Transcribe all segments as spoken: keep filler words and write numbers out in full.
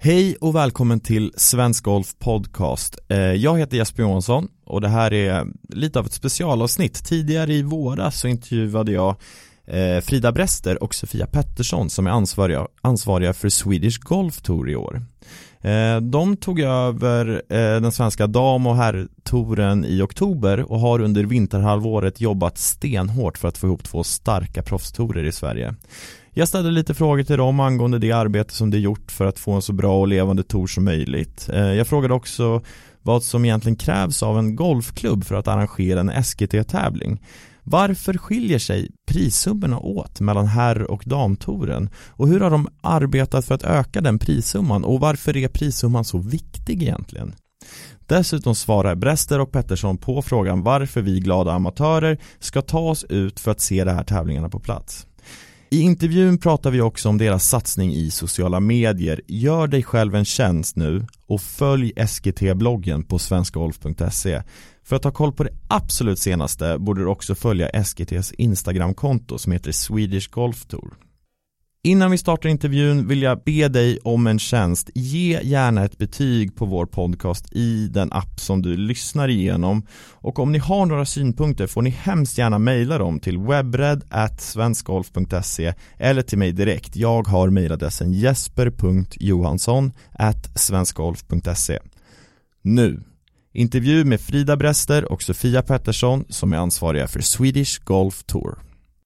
Hej och välkommen till Svensk Golf Podcast. Jag heter Jesper Johansson och det här är lite av ett specialavsnitt. Tidigare i våras så intervjuade jag Frida Brester och Sofia Pettersson som är ansvariga, ansvariga för Swedish Golf Tour i år. De tog över den svenska dam- och herrtouren i oktober och har under vinterhalvåret jobbat stenhårt för att få ihop två starka proffstourer i Sverige. Jag ställde lite frågor till dem angående det arbete som de gjort för att få en så bra och levande tour som möjligt. Jag frågade också vad som egentligen krävs av en golfklubb för att arrangera en S G T-tävling. Varför skiljer sig prissummorna åt mellan herr- och damtouren? Och hur har de arbetat för att öka den prissumman? Och varför är prissumman så viktig egentligen? Dessutom svarar Brester och Pettersson på frågan varför vi glada amatörer ska ta oss ut för att se de här tävlingarna på plats. I intervjun pratar vi också om deras satsning i sociala medier. Gör dig själv en tjänst nu och följ S G T-bloggen på svenskgolf punkt se. För att ha koll på det absolut senaste borde du också följa S G T:s Instagram-konto som heter Swedish Golf Tour. Innan vi startar intervjun vill jag be dig om en tjänst. Ge gärna ett betyg på vår podcast i den app som du lyssnar igenom. Och om ni har några synpunkter får ni hemskt gärna mejla dem till webred at svenskgolf punkt se eller till mig direkt. Jag har mejladressen jesper punkt johansson at svenskgolf punkt se. Nu, intervju med Frida Brester och Sofia Pettersson som är ansvariga för Swedish Golf Tour.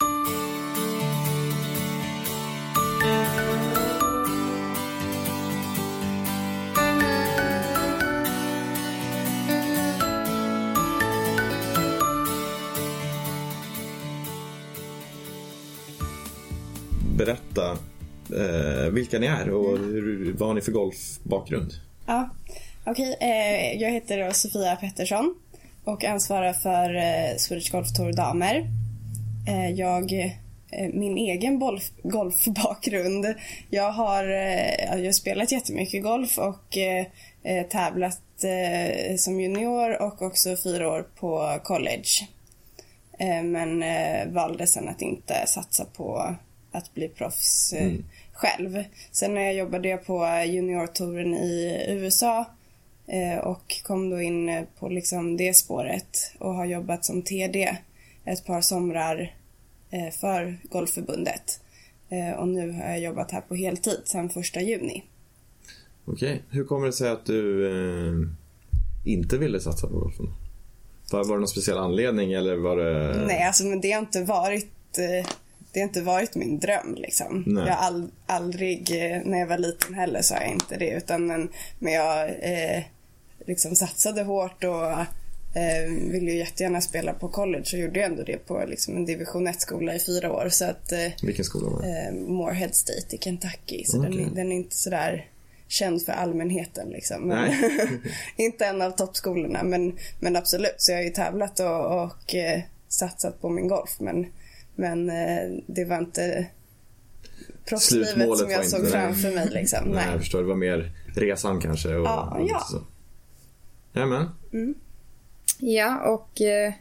Berätta eh, vilka ni är och hur, vad har ni för golfbakgrund? Ja, okej. Okay, eh, jag heter då Sofia Pettersson och ansvarar för eh, Swedish Golf Tour damer. Eh, jag, eh, min egen golf, golfbakgrund. Jag har, eh, jag har spelat jättemycket golf och eh, tävlat eh, som junior och också fyra år på college. Eh, men eh, valde sen att inte satsa på att bli proffs eh, mm. själv. Sen när jag jobbade jag på juniortouren i U S A eh, och kom då in på liksom det spåret och har jobbat som T D ett par somrar eh, för Golfförbundet. Eh, och nu har jag jobbat här på heltid sedan första juni. Okej, hur kommer det sig att du eh, inte ville satsa på golfen? Var, var det någon speciell anledning eller var det... Nej, alltså men det har inte varit... Eh, Det har inte varit min dröm liksom. Nej. Jag har all, aldrig, när jag var liten heller så har jag inte det. Utan men, men jag eh, liksom satsade hårt och eh, ville ju jättegärna spela på college. Och gjorde ändå det på liksom, en division ett-skola i fyra år. Så att, eh, Vilken skola var det? Eh, Morehead State i Kentucky. Så okay. den, den är inte sådär känd för allmänheten liksom. Men inte en av toppskolorna. Men, men absolut, så jag har ju tävlat och, och eh, satsat på min golf. Men Men eh, det var inte proffslivet som jag såg framför mig liksom. Nej, Nej, jag förstår, det var mer resan kanske och, ja, och ja. Så. Jamen. Mm. Ja, och eh,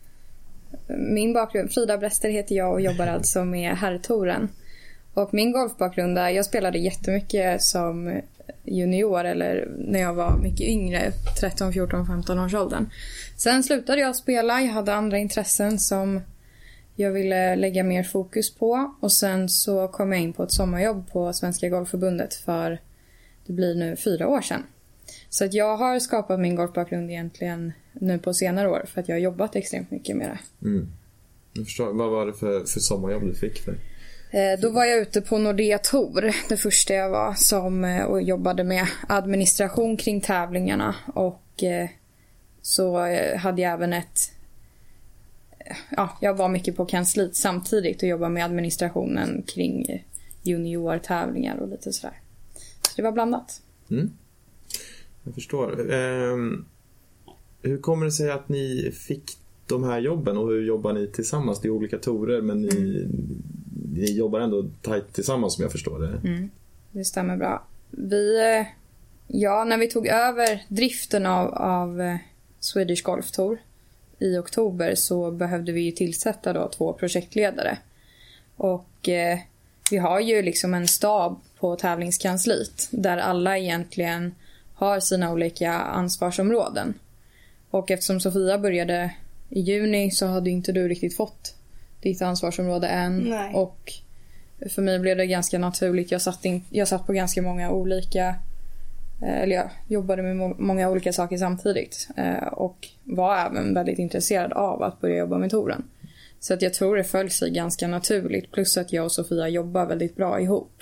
min bakgrund, Frida Brester heter jag och jobbar alltså med herrtouren. Och min golfbakgrund där, jag spelade jättemycket som junior eller när jag var mycket yngre, tretton, fjorton, femton års åldern. Sen slutade jag spela, jag hade andra intressen som jag ville lägga mer fokus på. Och sen så kom jag in på ett sommarjobb på Svenska Golfförbundet för det blir nu fyra år sedan. Så att jag har skapat min golfbakgrund egentligen nu på senare år för att jag har jobbat extremt mycket med det. Mm. Jag förstår. Vad var det för, för sommarjobb du fick för? Eh, då var jag ute på Nordea Tour, det första jag var, som, och jobbade med administration kring tävlingarna. Och eh, så hade jag även ett... Ja, jag var mycket på kansliet samtidigt och jobbade med administrationen kring juniortävlingar och lite sådär. Så det var blandat. Mm. Jag förstår. Eh, hur kommer det sig att ni fick de här jobben och hur jobbar ni tillsammans? Det är olika tourer men ni, mm. ni jobbar ändå tajt tillsammans som jag förstår det. Mm. Det stämmer bra. Vi, ja, när vi tog över driften av, av Swedish Golf Tour i oktober så behövde vi ju tillsätta då två projektledare. Och eh, vi har ju liksom en stab på på tävlingskansliet där alla egentligen har sina olika ansvarsområden. Och eftersom Sofia började i juni så hade inte du riktigt fått ditt ansvarsområde än. Nej. Och för mig blev det ganska naturligt. Jag satt, in, jag satt på ganska många olika, eller jag jobbade med må, många olika saker samtidigt. Och var även väldigt intresserad av att börja jobba med touren. Så att jag tror det föll sig ganska naturligt. Plus att jag och Sofia jobbar väldigt bra ihop.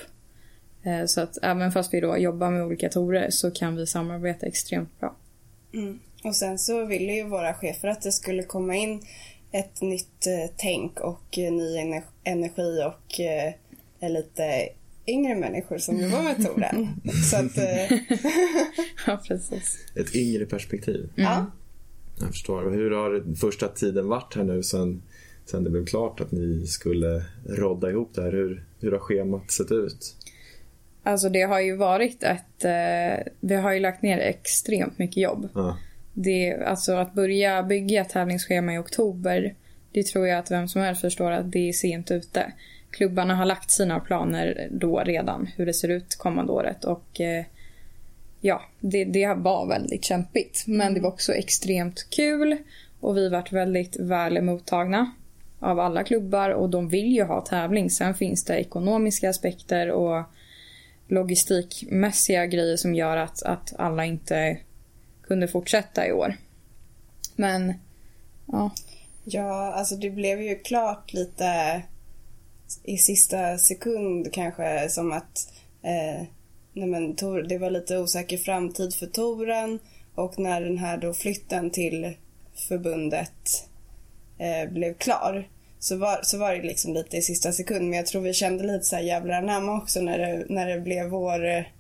Så att även fast vi då jobbar med olika tourer så kan vi samarbeta extremt bra. Mm. Och sen så ville ju våra chefer att det skulle komma in ett nytt eh, tänk och eh, ny ener- energi och eh, lite yngre människor som jobbar med touren. Så att... Eh... ja, precis. Ett yngre perspektiv. Mm. Ja. Jag förstår. Hur har första tiden varit här nu sen, sen det blev klart att ni skulle rodda ihop det här? Hur, hur har schemat sett ut? Alltså det har ju varit ett... Eh, vi har ju lagt ner extremt mycket jobb. Ja. Det, alltså att börja bygga ett tävlingsschema i oktober, det tror jag att vem som helst förstår att det är sent ute. Klubbarna har lagt sina planer då redan, hur det ser ut kommande året. Och eh, ja, det, det var väldigt kämpigt. Men det var också extremt kul. Och vi varit väldigt väl mottagna av alla klubbar. Och de vill ju ha tävling. Sen finns det ekonomiska aspekter och logistikmässiga grejer som gör att, att alla inte kunde fortsätta i år. Men ja. Ja, alltså det blev ju klart lite i sista sekund kanske, som att eh, nej men, tor, det var lite osäker framtid för touren, och när den här då flytten till förbundet eh, blev klar så var, så var det liksom lite i sista sekund, men jag tror vi kände lite så här jävla namn också när det, när det blev vår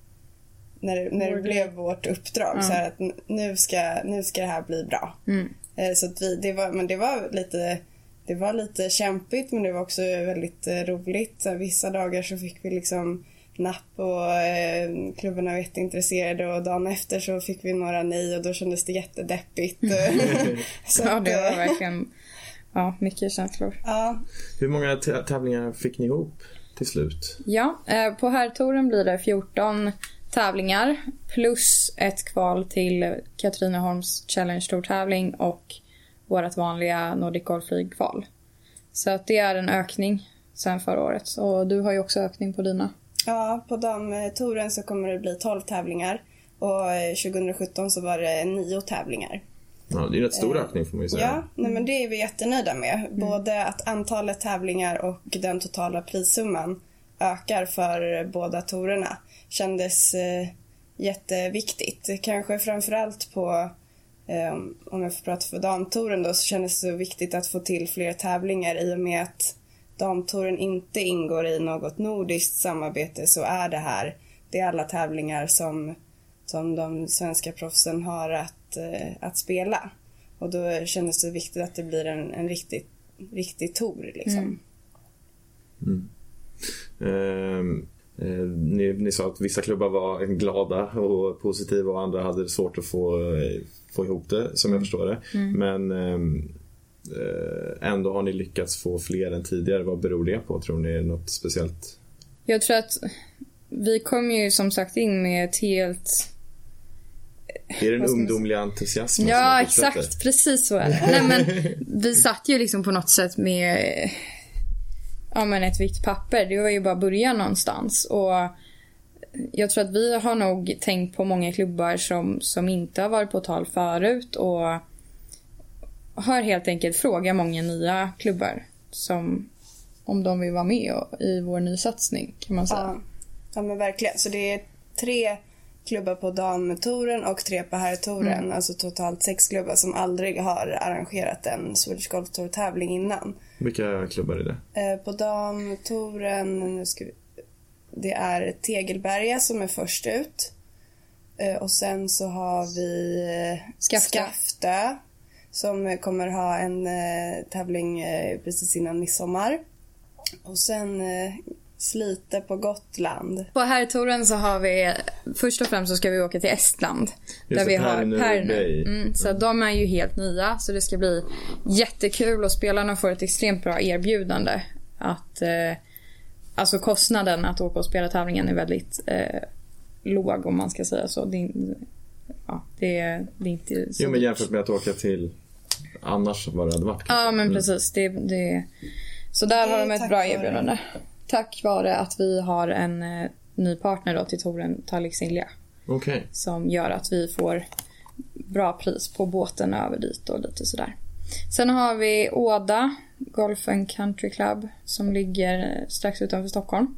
när det, när det vår blev vårt uppdrag. Ja. Så här att nu ska, nu ska det här bli bra. Mm. eh, så att vi, det var, men det var lite det var lite kämpigt, men det var också väldigt eh, roligt. Så vissa dagar så fick vi liksom napp och eh, klubbarna var jätteintresserade, och dagen efter så fick vi några nej och då kändes det jättedeppigt. Så ja, att, det var verkligen ja, mycket känslor. Ja. Hur många t- tävlingar fick ni ihop till slut? Ja, eh, på herrtouren blir det fjorton tävlingar plus ett kval till Katrineholms Challenge Tour-tävling och vårt vanliga Nordic Golf League-kval. Så att det är en ökning sen förra året. Och du har ju också ökning på dina. Ja, på damtouren så kommer det bli tolv tävlingar. Och tjugohundrasjutton så var det nio tävlingar. Ja, det är en rätt stor ökning får man ju säga. Ja, nej, men det är vi jättenöjda med. Mm. Både att antalet tävlingar och den totala prissumman ökar för båda tourerna. Kändes eh, jätteviktigt. Kanske framförallt på, eh, om jag får prata för damtouren då, så kändes det viktigt att få till fler tävlingar. I och med att damtouren inte ingår i något nordiskt samarbete, så är det här, det är alla tävlingar som, som de svenska proffsen har att, eh, att spela. Och då kändes det viktigt att det blir en, en riktig, riktig tour liksom. Mm. Mm. Eh, eh, ni, ni sa att vissa klubbar var glada och positiva och andra hade svårt att få, få ihop det, som jag förstår det. Mm. Men eh, ändå har ni lyckats få fler än tidigare. Vad beror det på? Tror ni är något speciellt? Jag tror att vi kom ju som sagt in med ett helt... Är det en ungdomlig entusiasm? Ja, exakt. Precis så är det. Nej, men vi satt ju liksom på något sätt med ja, men ett vitt papper. Det var ju bara börja någonstans. Och jag tror att vi har nog tänkt på många klubbar som, som inte har varit på tal förut. Och har helt enkelt frågat många nya klubbar som, om de vill vara med i vår nysatsning, kan man säga. Ja, ja men verkligen. Så det är tre klubbar på damtouren och tre på herrtouren. Mm. Alltså totalt sex klubbar som aldrig har arrangerat en Swedish Golf Tour-tävling innan. Vilka klubbar är det? Eh, på damtouren nu ska vi, det är Tegelberga som är först ut. Eh, och sen så har vi Skaftö. Skaftö som kommer ha en eh, tävling eh, precis innan midsommar. Och sen eh, Slite på Gotland. På herrtouren så har vi, först och främst så ska vi åka till Estland. Just där vi har Pärnu. Pärnu. Mm, så mm. de är ju helt nya. Så det ska bli jättekul och spelarna får ett extremt bra erbjudande. Att eh, alltså kostnaden att åka och spela tävlingen är väldigt eh, låg, om man ska säga så. Det är, ja, det är, det är inte så. Jo, men jämfört med att åka till annars vad det hade varit. Ja, men precis. Det, det, så där har de ett bra erbjudande. Tack vare att vi har en eh, ny partner då till touren, Tallink Silja. Okay. Som gör att vi får bra pris på båten över dit och lite sådär. Sen har vi Åda Golf and Country Club som ligger strax utanför Stockholm.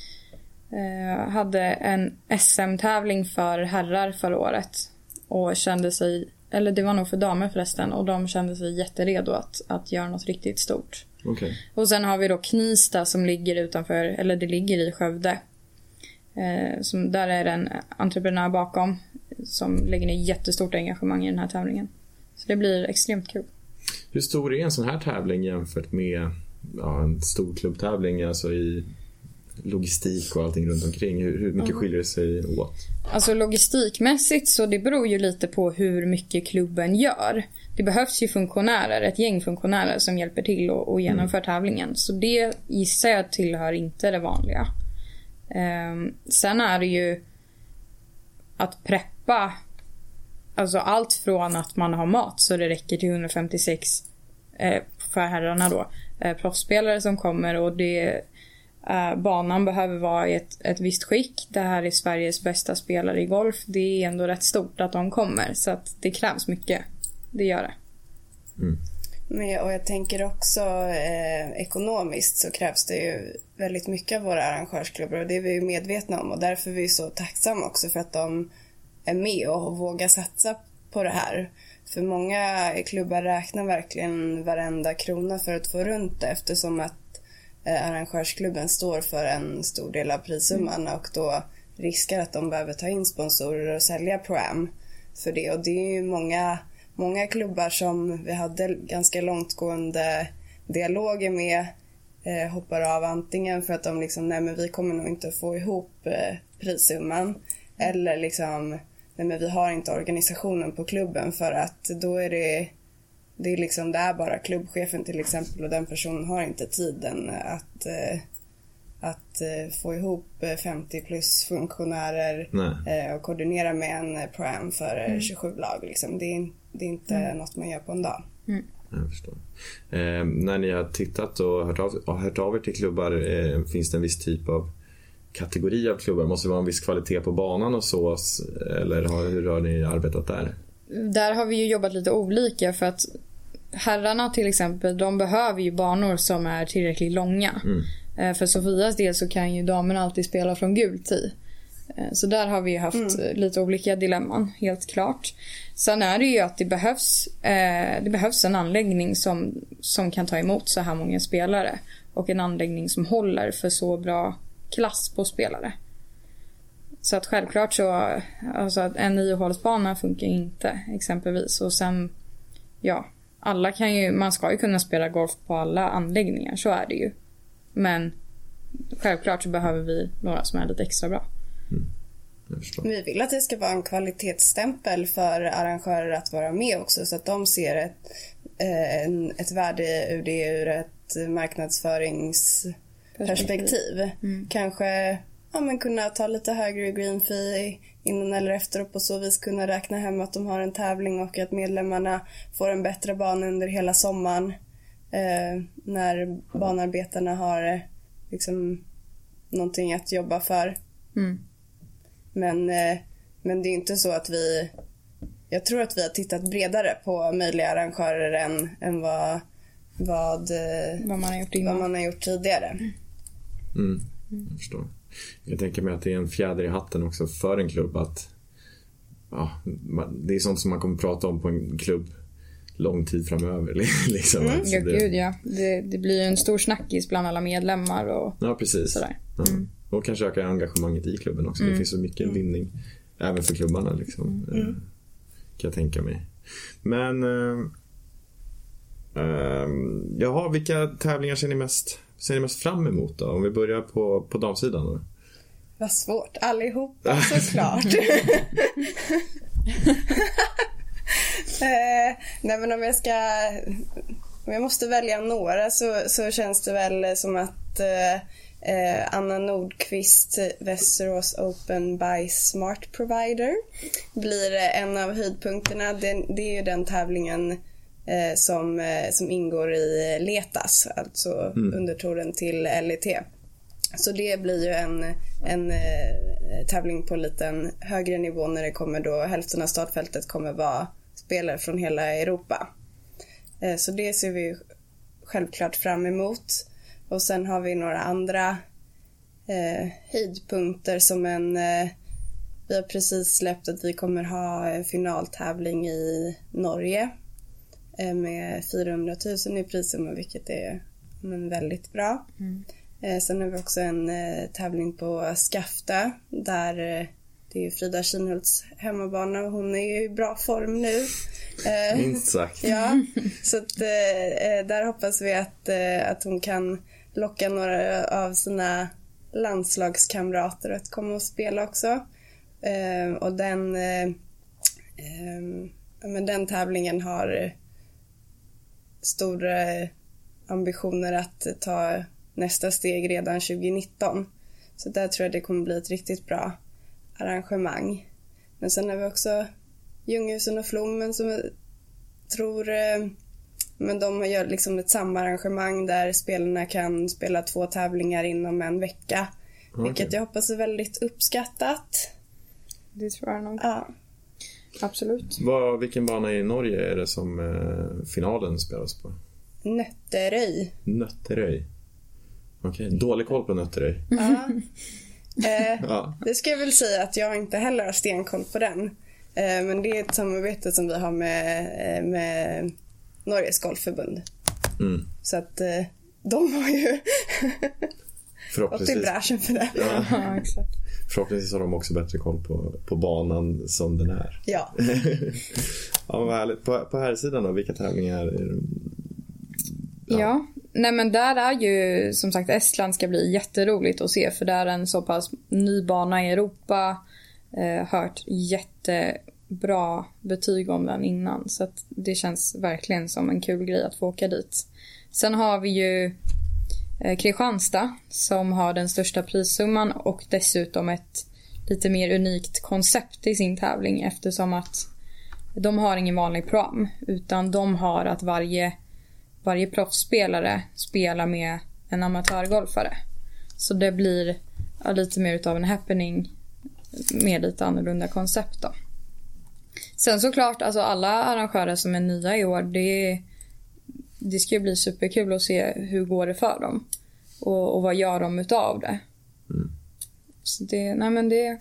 Eh, hade en S M-tävling för herrar förra året. Och kände sig, eller det var nog för damer förresten. Och de kände sig jätteredo att, att göra något riktigt stort. Okay. Och sen har vi då Knista som ligger utanför, eller det ligger i Skövde. Eh, som, där är det en entreprenör bakom som lägger ner jättestort engagemang i den här tävlingen. Så det blir extremt kul. Hur stor är en sån här tävling jämfört med ja, en stor klubbtävling, alltså i logistik och allting runt omkring? Hur, hur mycket mm. skiljer det sig åt? Alltså logistikmässigt så det beror ju lite på hur mycket klubben gör. Det behövs ju funktionärer, ett gäng funktionärer som hjälper till och, och genomför mm. tävlingen. Så det gissar jag tillhör inte det vanliga. Um, sen är det ju att preppa, alltså allt från att man har mat så det räcker till hundrafemtiosex eh, för herrarna då, eh, proffsspelare som kommer, och det eh, banan behöver vara i ett, ett visst skick. Det här är Sveriges bästa spelare i golf. Det är ändå rätt stort att de kommer, så att det krävs mycket. Det gör det. Mm. Men, och jag tänker också eh, ekonomiskt så krävs det ju väldigt mycket av våra arrangörsklubbar, och det är vi ju medvetna om, och därför är vi så tacksamma också för att de är med och vågar satsa på det här. För många klubbar räknar verkligen varenda krona för att få runt det, eftersom att eh, arrangörsklubben står för en stor del av prissumman och då riskar att de behöver ta in sponsorer och sälja Pro-Am för det. Och det är ju många, många klubbar som vi hade ganska långtgående dialoger med eh, hoppar av antingen för att de liksom, nej men vi kommer nog inte få ihop eh, prissumman, eller liksom, nej men vi har inte organisationen på klubben, för att då är det det är liksom, det är bara klubbchefen till exempel, och den personen har inte tiden att eh, att eh, få ihop femtio plus funktionärer eh, och koordinera med en program för mm. tjugosju lag liksom. det, är, det är inte mm. något man gör på en dag. Mm. Jag förstår. Eh, när ni har tittat och hört av, och hört av er till klubbar, eh, finns det en viss typ av kategori av klubbar? Måste det vara en viss kvalitet på banan och så, eller har, hur har ni arbetat där? Där har vi ju jobbat lite olika, för att herrarna till exempel, de behöver ju banor som är tillräckligt långa. Mm. För Sofias del så kan ju damerna alltid spela från gult i. Så där har vi haft mm. lite olika dilemman, helt klart. Sen är det ju att det behövs, eh, det behövs en anläggning som, som kan ta emot så här många spelare. Och en anläggning som håller för så bra klass på spelare. Så att självklart så, alltså att en niohålsbana funkar inte exempelvis. Och sen, ja, alla kan ju, man ska ju kunna spela golf på alla anläggningar, så är det ju. Men självklart så behöver vi några som är lite extra bra. Mm. Vi vill att det ska vara en kvalitetsstämpel för arrangörer att vara med också, så att de ser ett, en, ett värde ur det ur ett marknadsföringsperspektiv. Mm. Kanske ja, men kunna ta lite högre green fee innan eller efter, och på så vis kunna räkna hem att de har en tävling och att medlemmarna får en bättre bana under hela sommaren eh, när banarbetarna har liksom någonting att jobba för. Mm. Men, eh, men det är inte så att vi, jag tror att vi har tittat bredare på möjliga arrangörer än, än vad, vad, vad, man har gjort vad man har gjort tidigare. Mm. Mm. Jag förstår. Jag tänker mig att det är en fjäder i hatten också för en klubb att ja, det är sånt som man kommer prata om på en klubb lång tid framöver liksom. Mm. Alltså, ja, det... gud, ja. Det, det blir en stor snackis bland alla medlemmar och ja, precis. Sådär. Mm. Ja. Och kanske öka engagemanget i klubben också. Mm. Det finns så mycket vinning även för klubbarna liksom. Mm. Kan jag tänka mig. Men äh, äh, jaha, vilka tävlingar ser ni mest ser ni mest fram emot då? Om vi börjar på, på damsidan då. Vad svårt, allihopa såklart. eh, nej men om jag ska om jag måste välja några så, så känns det väl som att eh, eh, Anna Nordqvist Västerås Open by Smart Provider blir en av höjdpunkterna. Det, det är ju den tävlingen eh, som, eh, som ingår i Letas, alltså mm. undertouren till L E T. Så det blir ju en, en eh, tävling på lite en högre nivå när det kommer då hälften av startfältet kommer vara spelare från hela Europa. Eh, så det ser vi självklart fram emot. Och sen har vi några andra eh, höjdpunkter som en... Eh, vi har precis släppt att vi kommer ha en finaltävling i Norge eh, med fyrahundratusen i prissumma, vilket är men, väldigt bra. Mm. Eh, sen har vi också en eh, tävling på Skafta där eh, det är Frida Kinhults hemmabana och hon är ju i bra form nu. Eh, Minst sagt. Ja, så att, eh, där hoppas vi att, eh, att hon kan locka några av sina landslagskamrater att komma och spela också. Eh, och den, eh, eh, men den tävlingen har stora ambitioner att ta nästa steg redan tjugonitton. Så där tror jag det kommer bli ett riktigt bra arrangemang. Men sen har vi också Ljunghusen och Flommen som jag tror eh, men de gör liksom ett samarrangemang där spelarna kan spela två tävlingar inom en vecka. Okay. Vilket jag hoppas är väldigt uppskattat. Det tror jag nog. Ja. Absolut. Vad, vilken bana i Norge är det som eh, finalen spelas på? Nötteröy. Nötteröy. Okej, okay. Dålig koll på Nötteröy. Ja. Eh, ja. Det ska jag väl säga att jag inte heller har stenkoll på den. Eh, men det är ett samarbete som vi har med, med Norges golfförbund. Mm. Så att eh, de har ju gått i bräschen för det. Ja. Ja, exakt. Förhoppningsvis har de också bättre koll på, på banan som den är. Ja. Ja, vad härligt. På, på här sidan då, vilka tävlingar är det? Ja. ja, nej men där är ju som sagt Estland ska bli jätteroligt att se, för där är en så pass ny bana i Europa. Eh, hört jättebra betyg om den innan, så att det känns verkligen som en kul grej att få åka dit. Sen har vi ju eh, Kristianstad som har den största prissumman och dessutom ett lite mer unikt koncept i sin tävling, eftersom att de har ingen vanlig prom, utan de har att varje Varje proffsspelare spelar med en amatörgolfare. Så det blir ja, lite mer utav en happening med lite annorlunda koncept då. Sen såklart, alltså alla arrangörer som är nya i år, det, det ska ju bli superkul att se hur går det för dem. Och, och vad gör de utav det. Mm. Så det, nej men det...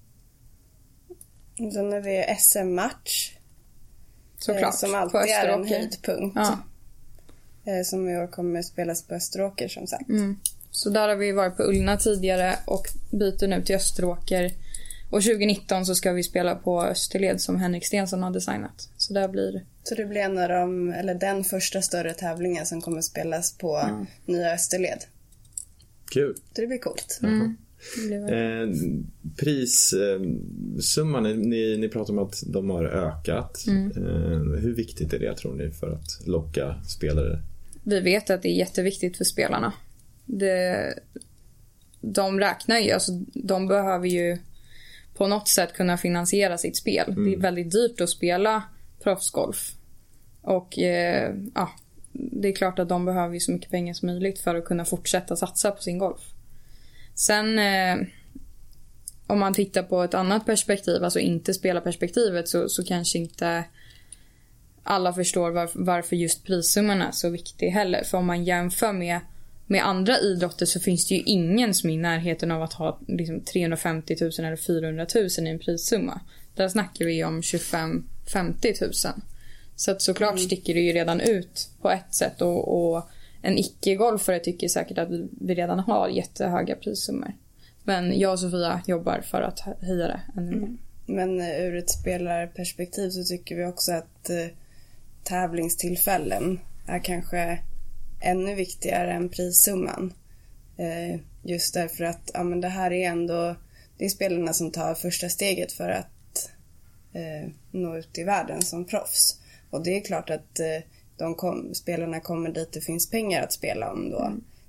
Sen har vi S M-match. Såklart, som alltid är en höjdpunkt. Ja. Som i år kommer spelas på Österåker som sagt. Mm. Så där har vi varit på Ullna tidigare och byter nu till Österåker. Och tjugonitton så ska vi spela på Österled som Henrik Stensson har designat. Så där blir... Så det blir en av de, eller den första större tävlingen som kommer spelas på mm. nya Österled. Kul. Så det blir coolt. Mm. Eh, prissumman, eh, ni, ni pratar om att de har ökat. Mm. Eh, hur viktigt är det tror ni för att locka spelare? Vi vet att det är jätteviktigt för spelarna. Det, de räknar ju, alltså, de behöver ju på något sätt kunna finansiera sitt spel. Mm. Det är väldigt dyrt att spela proffsgolf. Och eh, ja, det är klart att de behöver ju så mycket pengar som möjligt för att kunna fortsätta satsa på sin golf. Sen eh, om man tittar på ett annat perspektiv, alltså inte spelarperspektivet, så, så kanske inte alla förstår var, varför just prissumman är så viktig heller. För om man jämför med, med andra idrotter så finns det ju ingen som är i närheten av att ha liksom, trehundrafemtio tusen eller fyrahundra tusen i en prissumma. Där snackar vi om tjugofem till femtio tusen. Så att såklart mm. sticker det ju redan ut på ett sätt, och, och en icke-golfare tycker säkert att vi redan har jättehöga prissummor. Men jag och Sofia jobbar för att höja det ännu mer. Mm. Men ur ett spelarperspektiv så tycker vi också att eh, tävlingstillfällen är kanske ännu viktigare än prissumman. Eh, just därför att ja, men det här är ändå, det är spelarna som tar första steget för att eh, nå ut i världen som proffs. Och det är klart att eh, de kom, spelarna kommer dit det finns pengar att spela om då. Mm.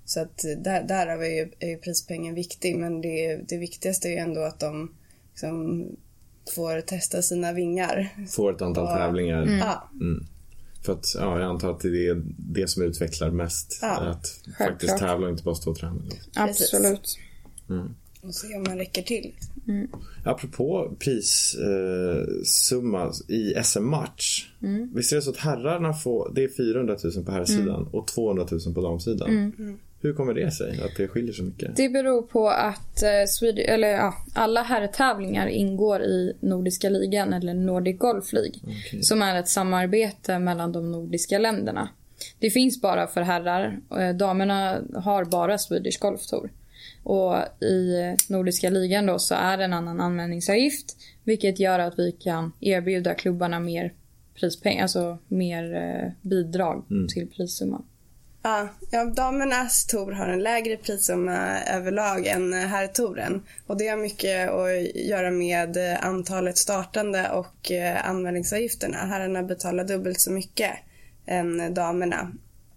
Så att där, där är ju, är ju prispengen viktig, men det, det viktigaste är ju ändå att de liksom får testa sina vingar. Får ett antal och, tävlingar. Mm. Ja. Mm. För att ja, jag antar att det är det som utvecklar mest. Ja. Att faktiskt Självklart. tävla och inte bara stå och träna. Absolut. Mm. Och se om man räcker till. Mm. Apropå prissumma eh, i S M-match. Mm. Visst är det så att herrarna får, det är fyrahundratusen på herrsidan mm. och tvåhundratusen på damsidan. Mm. Mm. Hur kommer det sig att det skiljer så mycket? Det beror på att eh, Sweden, eller, ja, alla herrtävlingar ingår i Nordiska ligan eller Nordic Golf League. Okay. Som är ett samarbete mellan de nordiska länderna. Det finns bara för herrar. Eh, damerna har bara Swedish Golf Tour. Och i Nordiska ligan då så är det en annan anmälningsavgift. Vilket gör att vi kan erbjuda klubbarna mer prispengar. Alltså mer eh, bidrag mm. till prissumman. Ja, ja, damernas tour har en lägre prissumma överlag än herrtouren. Och det har mycket att göra med antalet startande och eh, anmälningsavgifterna. Herrarna betalar dubbelt så mycket än damerna.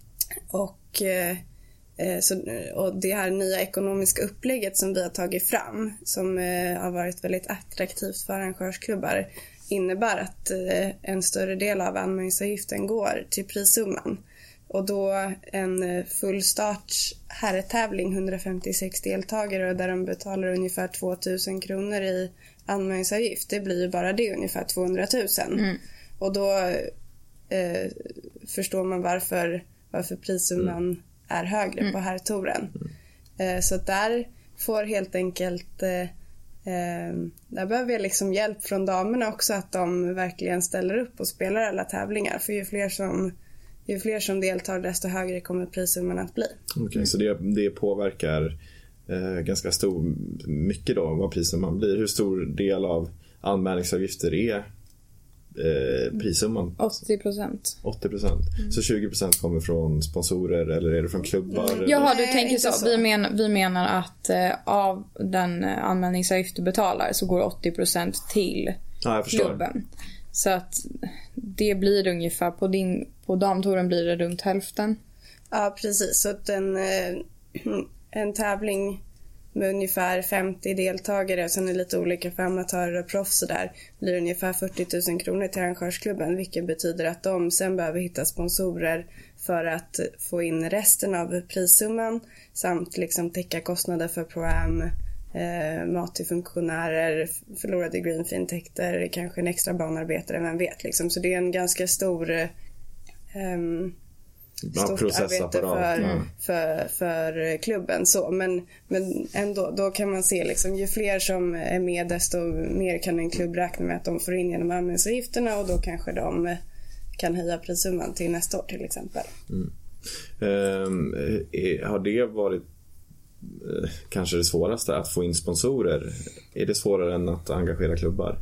Och... Eh, Så, och det här nya ekonomiska upplägget som vi har tagit fram, som eh, har varit väldigt attraktivt för arrangörsklubbar, innebär att eh, en större del av anmälningsavgiften går till prissumman. Och då en fullstarts herrtävling, hundrafemtiosex deltagare, där de betalar ungefär tvåtusen kronor i anmälningsavgift, det blir ju bara det ungefär tvåhundratusen. Mm. Och då eh, förstår man varför, varför prissumman mm. är högre mm. på herrtouren. Mm. Eh, så där får helt enkelt eh, eh, där behöver jag liksom hjälp från damerna också, att de verkligen ställer upp och spelar alla tävlingar, för ju fler som ju fler som deltar desto högre kommer prissumman att bli. Okej, okay, mm. så det, det påverkar eh, ganska stor mycket då vad prissumman blir. Hur stor del av anmälningsavgifter är Eh, prissumman? åttio procent. åttio procent. Mm. Så tjugo procent kommer från sponsorer, eller är det från klubbar? Mm. Jaha, du tänker så. så. Vi, men, vi menar att eh, av den eh, anmälningsavgift du betalar så går åttio procent till ah, klubben. Så att det blir ungefär på din på damtouren blir det runt hälften. Ja, precis. Så att en, en tävling med ungefär femtio deltagare, och sen är det lite olika för amatörer och proffs, där blir ungefär fyrtio tusen kronor till arrangörsklubben, vilket betyder att de sen behöver hitta sponsorer för att få in resten av prissumman, samt liksom täcka kostnader för program, eh, mat till funktionärer, förlorade greenfee-intäkter, kanske en extra banarbetare, vem vet liksom. Så det är en ganska stor eh, stort arbete för, mm. för, för klubben så. Men, men ändå, då kan man se liksom, ju fler som är med, desto mer kan en klubb räkna med att de får in genom anmälningsavgifterna, och då kanske de kan höja prissumman till nästa år till exempel. Mm. Um, är, har det varit uh, kanske det svåraste att få in sponsorer? Är det svårare än att engagera klubbar?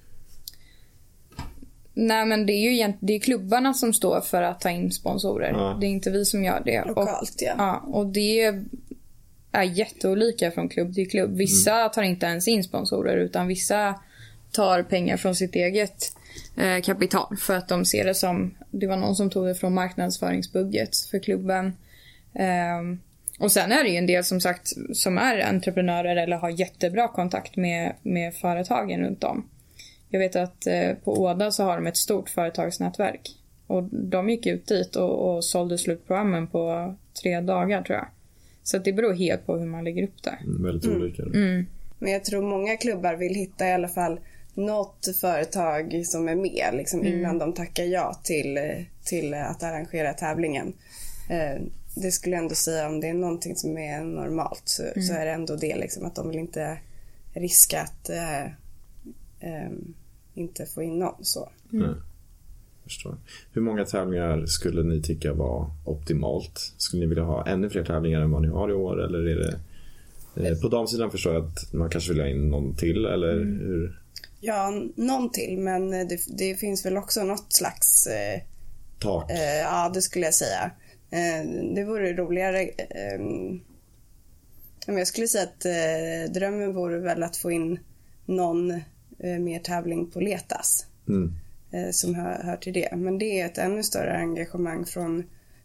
Nej, men det är ju det är klubbarna som står för att ta in sponsorer. Ja. Det är inte vi som gör det. Lokalt, och, ja. ja. Och det är jätteolika från klubb till klubb. Vissa mm. tar inte ens in sponsorer, utan vissa tar pengar från sitt eget eh, kapital, för att de ser det som, det var någon som tog det från marknadsföringsbudget för klubben. Eh, och sen är det ju en del som sagt som är entreprenörer eller har jättebra kontakt med, med företagen runt om. Jag vet att eh, på Åda så har de ett stort företagsnätverk. Och de gick ut dit och, och sålde slutprogrammen på tre dagar, tror jag. Så att det beror helt på hur man lägger upp det. Mm, väldigt olika. Mm. Mm. Men jag tror många klubbar vill hitta i alla fall något företag som är med liksom, mm. innan de tackar ja till, till att arrangera tävlingen. Eh, det skulle jag ändå säga, om det är någonting som är normalt, så, mm. så är det ändå det liksom, att de vill inte riska att eh, eh, inte få in någon så. Mm. Förstår. Hur många tävlingar skulle ni tycka var optimalt? Skulle ni vilja ha ännu fler tävlingar än vad ni har i år? Eller är det eh, på damsidan förstår jag att man kanske vill ha in någon till, eller mm. hur? Ja, någon till, men det, det finns väl också något slags eh, tak. Eh, ja, det skulle jag säga. Eh, det vore roligare. Eh, men jag skulle säga att eh, drömmen vore väl att få in någon eh, mer tävling på Letas. Mm. Som hör, hör till det. Men det är ett ännu större engagemang från,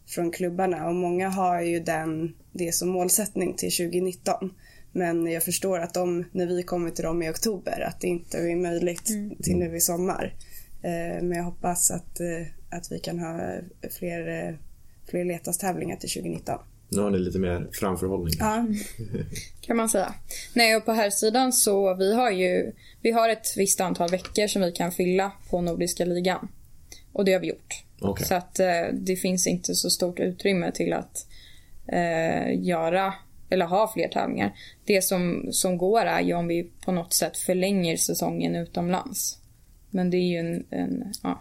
från klubbarna. Och många har ju den, det som målsättning till tjugonitton. Men jag förstår att de, när vi kommer till dem i oktober, att det inte är möjligt mm. till nu i sommar. Men jag hoppas att, att vi kan ha fler, fler letarstävlingar till tjugonitton. Nu har ni lite mer framförhållning. Ja, kan man säga. Nej, och på här sidan så vi har ju vi har ett visst antal veckor som vi kan fylla på Nordiska ligan. Och det har vi gjort. Okay. Så att eh, det finns inte så stort utrymme till att eh, göra eller ha fler tävlingar. Det som, som går är ju om vi på något sätt förlänger säsongen utomlands. Men det är ju en, en ja.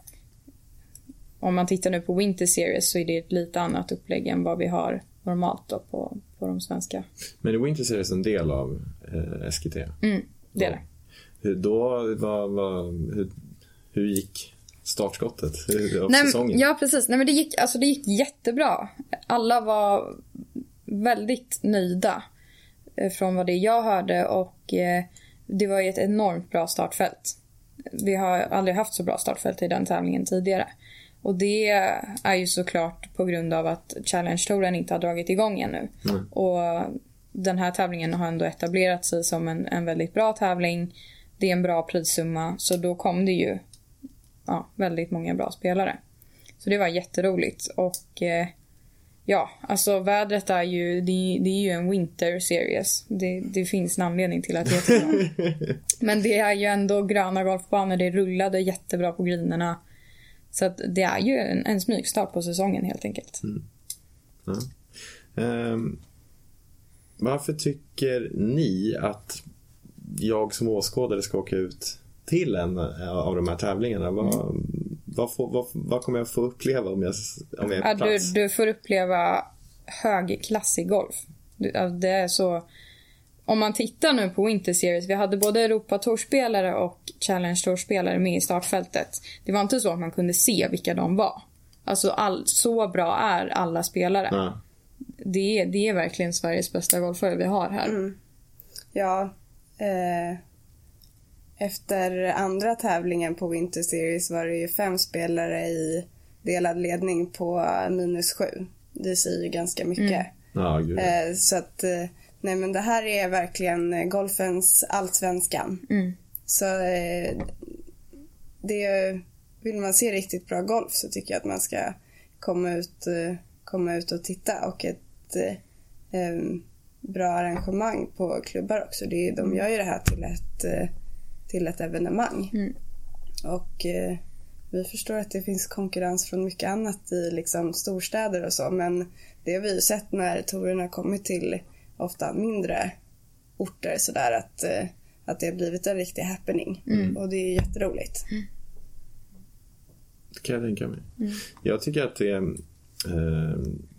Om man tittar nu på Winter Series så är det ett lite annat upplägg än vad vi har normalt då på, på de svenska. Men är Winter Series en del av eh, S G T? Mm, det är det. Hur, då, var, var, hur, hur gick startskottet av Nej, säsongen? Ja, precis. Nej, men det, gick, alltså, det gick jättebra. Alla var väldigt nöjda eh, från vad det jag hörde och eh, det var ett enormt bra startfält. Vi har aldrig haft så bra startfält i den tävlingen tidigare. Och det är ju såklart på grund av att Challenge-touren inte har dragit igång ännu. Mm. Och den här tävlingen har ändå etablerat sig som en, en väldigt bra tävling. Det är en bra prissumma. Så då kom det ju ja, väldigt många bra spelare. Så det var jätteroligt. Och eh, ja, alltså vädret är ju, det, det är ju en winter series. Det, det finns en anledning till att det heter så. Men det är ju ändå gröna golfbanor. Det rullade jättebra på grinerna. Så att det är ju en, en smygstart på säsongen helt enkelt. Mm. Ja. Um, varför tycker ni att jag som åskådare ska åka ut till en av de här tävlingarna? Vad, mm. vad, får, vad, vad kommer jag få uppleva om jag, om jag är på ja, plats? Du, du får uppleva högklassig golf. Det är så... Om man tittar nu på Winter Series, vi hade både Europa-tourspelare och Challenge-tourspelare med i startfältet. Det var inte så att man kunde se vilka de var. Alltså all, så bra är alla spelare. Ja. Det, är, det är verkligen Sveriges bästa golfare vi har här. Mm. Ja, eh, efter andra tävlingen på Winter Series var det ju fem spelare i delad ledning på minus sju. Det säger ju ganska mycket. Mm. Ja, gud. Eh, så att... Eh, Nej, men det här är verkligen golfens allsvenskan. Mm. Så eh, det, vill man se riktigt bra golf så tycker jag att man ska komma ut, eh, komma ut och titta. Och ett eh, bra arrangemang på klubbar också. Det, de gör ju det här till ett, eh, till ett evenemang. Mm. Och eh, vi förstår att det finns konkurrens från mycket annat i liksom, storstäder och så. Men det har vi ju sett när tourerna kommit till ofta mindre orter sådär att, att det har blivit en riktig happening. Mm. Och det är jätteroligt. Mm. Det kan jag tänka mig. Mm. Jag tycker att det eh,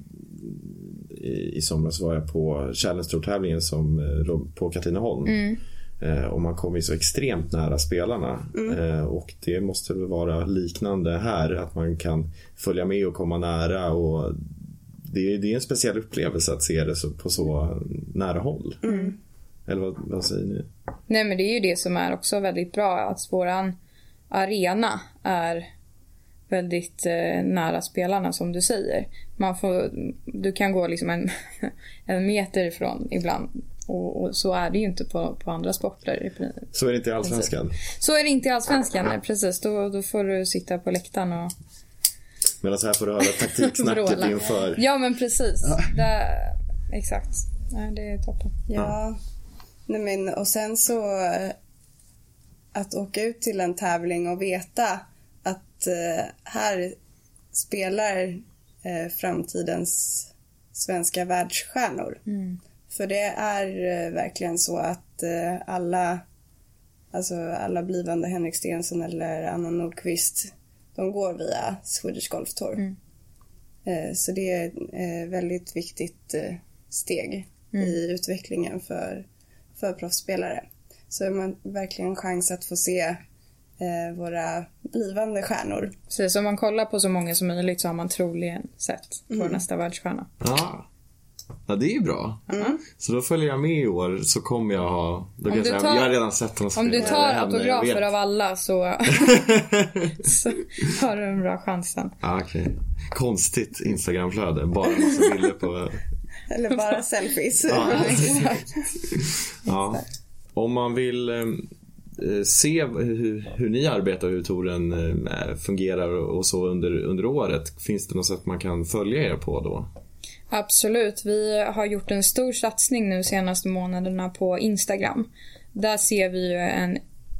i, i somras var jag på Challenge Tour-tävlingen som eh, på Katrineholm. Mm. Eh, och man kommer ju så extremt nära spelarna. Mm. Eh, och det måste väl vara liknande här, att man kan följa med och komma nära och Det är, det är en speciell upplevelse att se det så, på så nära håll. Mm. Eller vad, vad säger ni? Nej, men det är ju det som är också väldigt bra. Att våran arena är väldigt eh, nära spelarna som du säger. Man får, du kan gå liksom en, en meter ifrån ibland. Och, och så är det ju inte på, på andra sporter. Så är det inte i allsvenskan? Så är det inte i allsvenskan, nej, precis. Då, då får du sitta på läktaren och... Men alltså här får du höra taktiksnacket inför. Ja, men precis. Ja. Det, exakt. Nej, det är toppen. Ja. ja. Nej, men, och sen så att åka ut till en tävling och veta att eh, här spelar eh, framtidens svenska världsstjärnor. Mm. För det är eh, verkligen så att eh, alla alltså alla blivande Henrik Stenson eller Anna Nordqvist, de går via Swedish Golf Tour. Mm. Eh, så det är ett väldigt viktigt eh, steg mm. i utvecklingen för, för proffsspelare. Så man har verkligen chans att få se eh, våra blivande stjärnor. Precis, om man kollar på så många som möjligt så har man troligen sett vår mm. nästa världsstjärna. Ja. Ja, det är ju bra. Mm. Så då följer jag med i år, så kommer jag ha... Då kan jag, säga, tar, jag har redan sett honom om du spela. tar henne, autografer av alla så, så har du en bra chans sen. Ah, okay. Konstigt Instagramflöde. Bara en massa bilder på... Eller bara selfies. Ja, ja. Om man vill eh, se hur, hur ni arbetar och hur touren eh, fungerar och så under, under året, finns det något sätt man kan följa er på då? Absolut, vi har gjort en stor satsning nu senaste månaderna på Instagram. Där ser vi ju en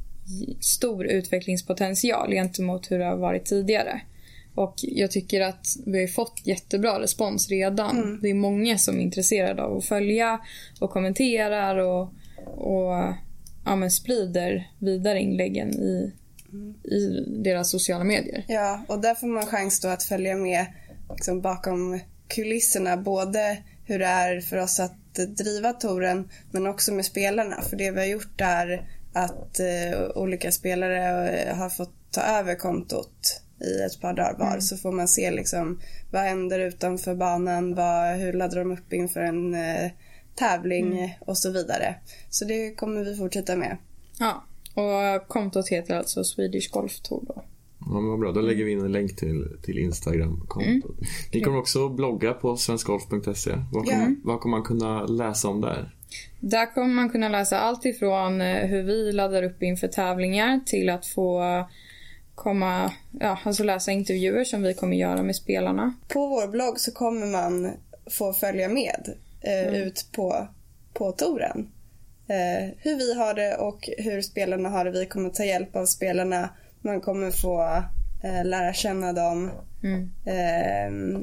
stor utvecklingspotential gentemot hur det har varit tidigare. Och jag tycker att vi har fått jättebra respons redan. Mm. Det är många som är intresserade av att följa och kommenterar och, och ja, men sprider vidare inläggen i, mm. i deras sociala medier. Ja, och där får man chans då att följa med liksom bakom kulisserna, både hur det är för oss att driva touren men också med spelarna. För det vi har gjort är att eh, olika spelare har fått ta över kontot i ett par dagar var. Mm. Så får man se liksom, vad händer utanför banan, vad, hur laddar de upp inför en eh, tävling mm. och så vidare. Så det kommer vi fortsätta med. Ja, och kontot heter alltså Swedish Golf Tour då. Ja, men vad bra. Då lägger vi in en länk till, till Instagram-kontot. Mm. Ni kommer också blogga på svenskgolf punkt se. Vad kommer, mm. vad kommer man kunna läsa om där? Där kommer man kunna läsa allt ifrån hur vi laddar upp inför tävlingar till att få komma, ja, alltså läsa intervjuer som vi kommer göra med spelarna. På vår blogg så kommer man få följa med eh, mm. ut på, på touren. Eh, hur vi har det och hur spelarna har det. Vi kommer ta hjälp av spelarna. Man kommer få eh, lära känna dem. Mm. Eh,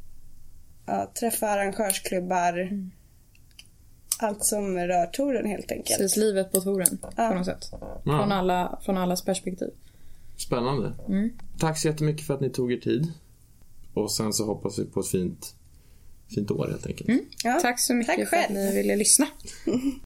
ja, träffa arrangörsklubbar. Mm. Allt som rör touren helt enkelt. Precis, livet på touren ja. på något sätt. Ja. Från, alla, från allas perspektiv. Spännande. Mm. Tack så jättemycket för att ni tog er tid. Och sen så hoppas vi på ett fint, fint år helt enkelt. Mm. Ja. Tack så mycket Tack för att ni ville lyssna.